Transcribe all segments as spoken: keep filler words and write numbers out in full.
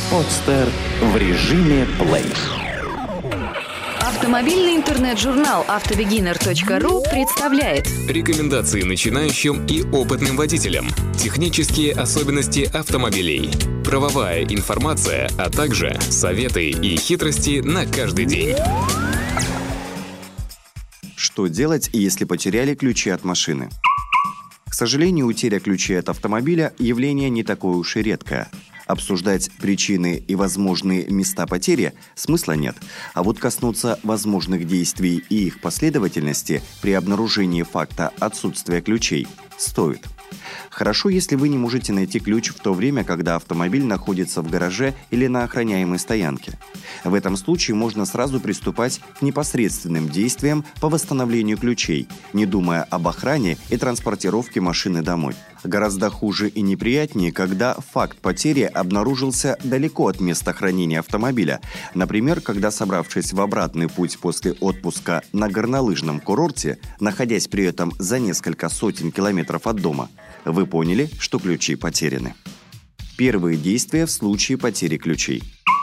Подстер в режиме плей. Автомобильный интернет-журнал автобегинер точка ру представляет рекомендации начинающим и опытным водителям, технические особенности автомобилей, правовая информация, а также советы и хитрости на каждый день. Что делать, если потеряли ключи от машины? К сожалению, утеря ключей от автомобиля – явление не такое уж и редкое. Обсуждать причины и возможные места потери смысла нет, а вот коснуться возможных действий и их последовательности при обнаружении факта отсутствия ключей стоит. Хорошо, если вы не можете найти ключ в то время, когда автомобиль находится в гараже или на охраняемой стоянке. В этом случае можно сразу приступать к непосредственным действиям по восстановлению ключей, не думая об охране и транспортировке машины домой. Гораздо хуже и неприятнее, когда факт потери обнаружился далеко от места хранения автомобиля. Например, когда, собравшись в обратный путь после отпуска на горнолыжном курорте, находясь при этом за несколько сотен километров от дома, вы поняли, что ключи потеряны. Первые действия в случае потери ключей.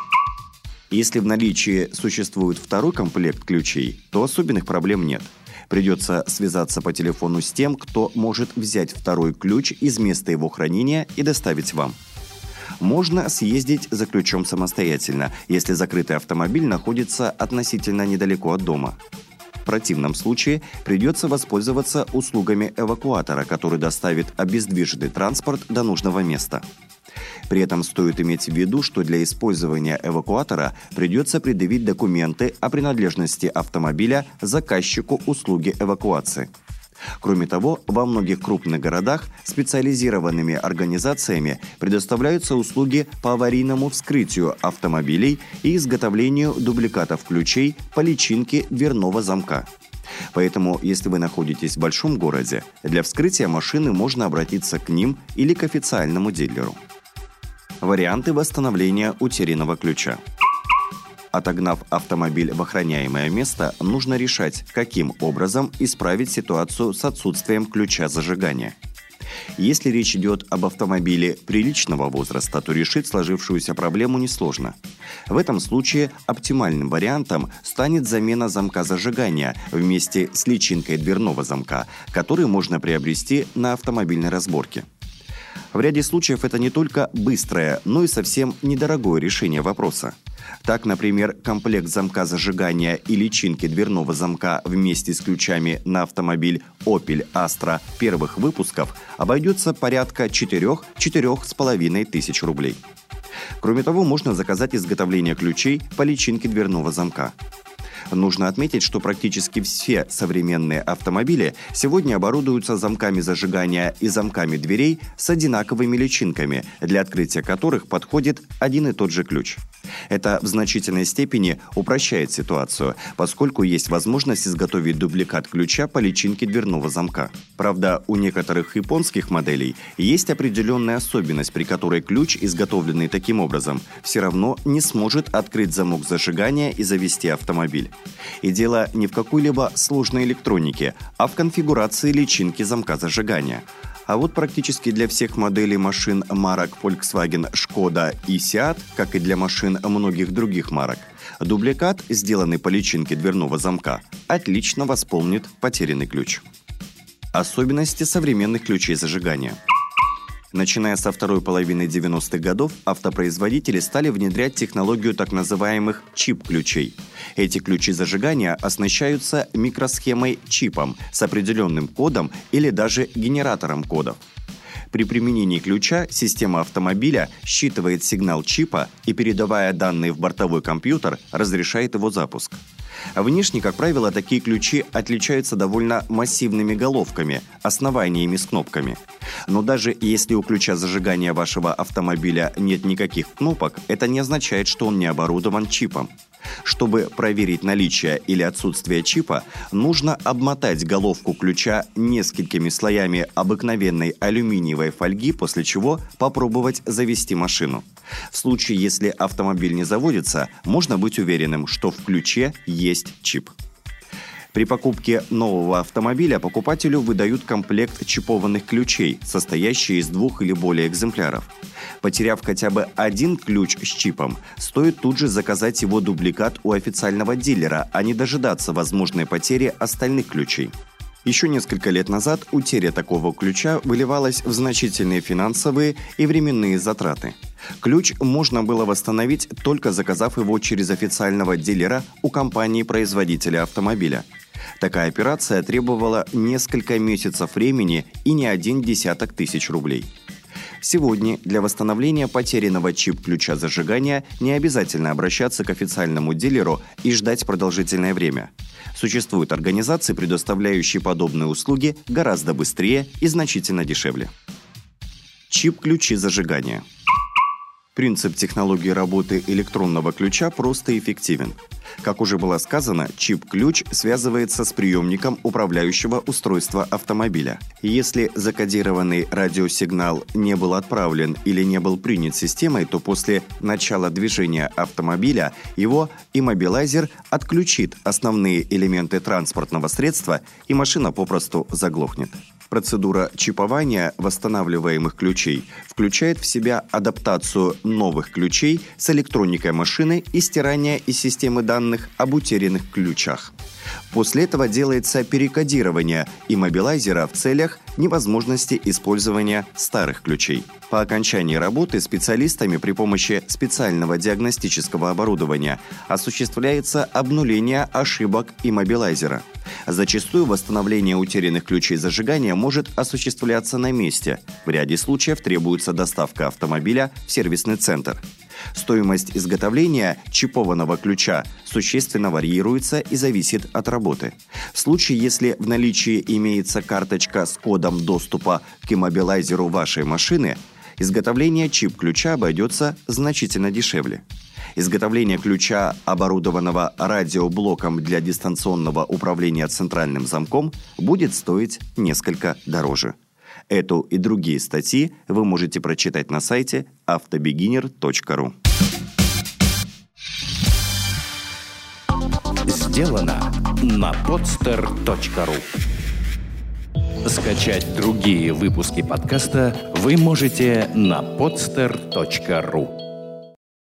Если в наличии существует второй комплект ключей, то особенных проблем нет. Придется связаться по телефону с тем, кто может взять второй ключ из места его хранения и доставить вам. Можно съездить за ключом самостоятельно, если закрытый автомобиль находится относительно недалеко от дома. В противном случае придется воспользоваться услугами эвакуатора, который доставит обездвиженный транспорт до нужного места. При этом стоит иметь в виду, что для использования эвакуатора придется предъявить документы о принадлежности автомобиля заказчику услуги эвакуации. Кроме того, во многих крупных городах специализированными организациями предоставляются услуги по аварийному вскрытию автомобилей и изготовлению дубликатов ключей по личинке дверного замка. Поэтому, если вы находитесь в большом городе, для вскрытия машины можно обратиться к ним или к официальному дилеру. Варианты восстановления утерянного ключа. Отогнав автомобиль в охраняемое место, нужно решать, каким образом исправить ситуацию с отсутствием ключа зажигания. Если речь идет об автомобиле приличного возраста, то решить сложившуюся проблему несложно. В этом случае оптимальным вариантом станет замена замка зажигания вместе с личинкой дверного замка, который можно приобрести на автомобильной разборке. В ряде случаев это не только быстрое, но и совсем недорогое решение вопроса. Так, например, комплект замка зажигания и личинки дверного замка вместе с ключами на автомобиль Opel Astra первых выпусков обойдется порядка четыре-четыре с половиной тысяч рублей. Кроме того, можно заказать изготовление ключей по личинке дверного замка. Нужно отметить, что практически все современные автомобили сегодня оборудуются замками зажигания и замками дверей с одинаковыми личинками, для открытия которых подходит один и тот же ключ. Это в значительной степени упрощает ситуацию, поскольку есть возможность изготовить дубликат ключа по личинке дверного замка. Правда, у некоторых японских моделей есть определенная особенность, при которой ключ, изготовленный таким образом, все равно не сможет открыть замок зажигания и завести автомобиль. И дело не в какой-либо сложной электронике, а в конфигурации личинки замка зажигания. А вот практически для всех моделей машин марок Volkswagen, Skoda и Seat, как и для машин многих других марок, дубликат, сделанный по личинке дверного замка, отлично восполнит потерянный ключ. Особенности современных ключей зажигания. Начиная со второй половины девяностых годов, автопроизводители стали внедрять технологию так называемых чип-ключей. Эти ключи зажигания оснащаются микросхемой чипом с определенным кодом или даже генератором кодов. При применении ключа система автомобиля считывает сигнал чипа и, передавая данные в бортовой компьютер, разрешает его запуск. Внешне, как правило, такие ключи отличаются довольно массивными головками, основаниями с кнопками. Но даже если у ключа зажигания вашего автомобиля нет никаких кнопок, это не означает, что он не оборудован чипом. Чтобы проверить наличие или отсутствие чипа, нужно обмотать головку ключа несколькими слоями обыкновенной алюминиевой фольги, после чего попробовать завести машину. В случае, если автомобиль не заводится, можно быть уверенным, что в ключе есть чип. При покупке нового автомобиля покупателю выдают комплект чипованных ключей, состоящий из двух или более экземпляров. Потеряв хотя бы один ключ с чипом, стоит тут же заказать его дубликат у официального дилера, а не дожидаться возможной потери остальных ключей. Еще несколько лет назад утеря такого ключа выливалась в значительные финансовые и временные затраты. Ключ можно было восстановить, только заказав его через официального дилера у компании-производителя автомобиля. Такая операция требовала несколько месяцев времени и не один десяток тысяч рублей. Сегодня для восстановления потерянного чип-ключа зажигания не обязательно обращаться к официальному дилеру и ждать продолжительное время. Существуют организации, предоставляющие подобные услуги гораздо быстрее и значительно дешевле. Чип-ключи зажигания. Принцип технологии работы электронного ключа прост и эффективен. Как уже было сказано, чип-ключ связывается с приемником управляющего устройства автомобиля. Если закодированный радиосигнал не был отправлен или не был принят системой, то после начала движения автомобиля его иммобилайзер отключит основные элементы транспортного средства, и машина попросту заглохнет. Процедура чипования восстанавливаемых ключей включает в себя адаптацию новых ключей с электроникой машины и стирание из системы данных об утерянных ключах. После этого делается перекодирование иммобилайзера в целях невозможности использования старых ключей. По окончании работы специалистами при помощи специального диагностического оборудования осуществляется обнуление ошибок иммобилайзера. Зачастую восстановление утерянных ключей зажигания может осуществляться на месте. В ряде случаев требуется доставка автомобиля в сервисный центр. Стоимость изготовления чипованного ключа существенно варьируется и зависит от работы. В случае, если в наличии имеется карточка с кодом доступа к иммобилайзеру вашей машины, изготовление чип-ключа обойдется значительно дешевле. Изготовление ключа, оборудованного радиоблоком для дистанционного управления центральным замком, будет стоить несколько дороже. Эту и другие статьи вы можете прочитать на сайте автобегинер точка ру. Сделано на подстер точка ру. Скачать другие выпуски подкаста вы можете на подстер точка ру.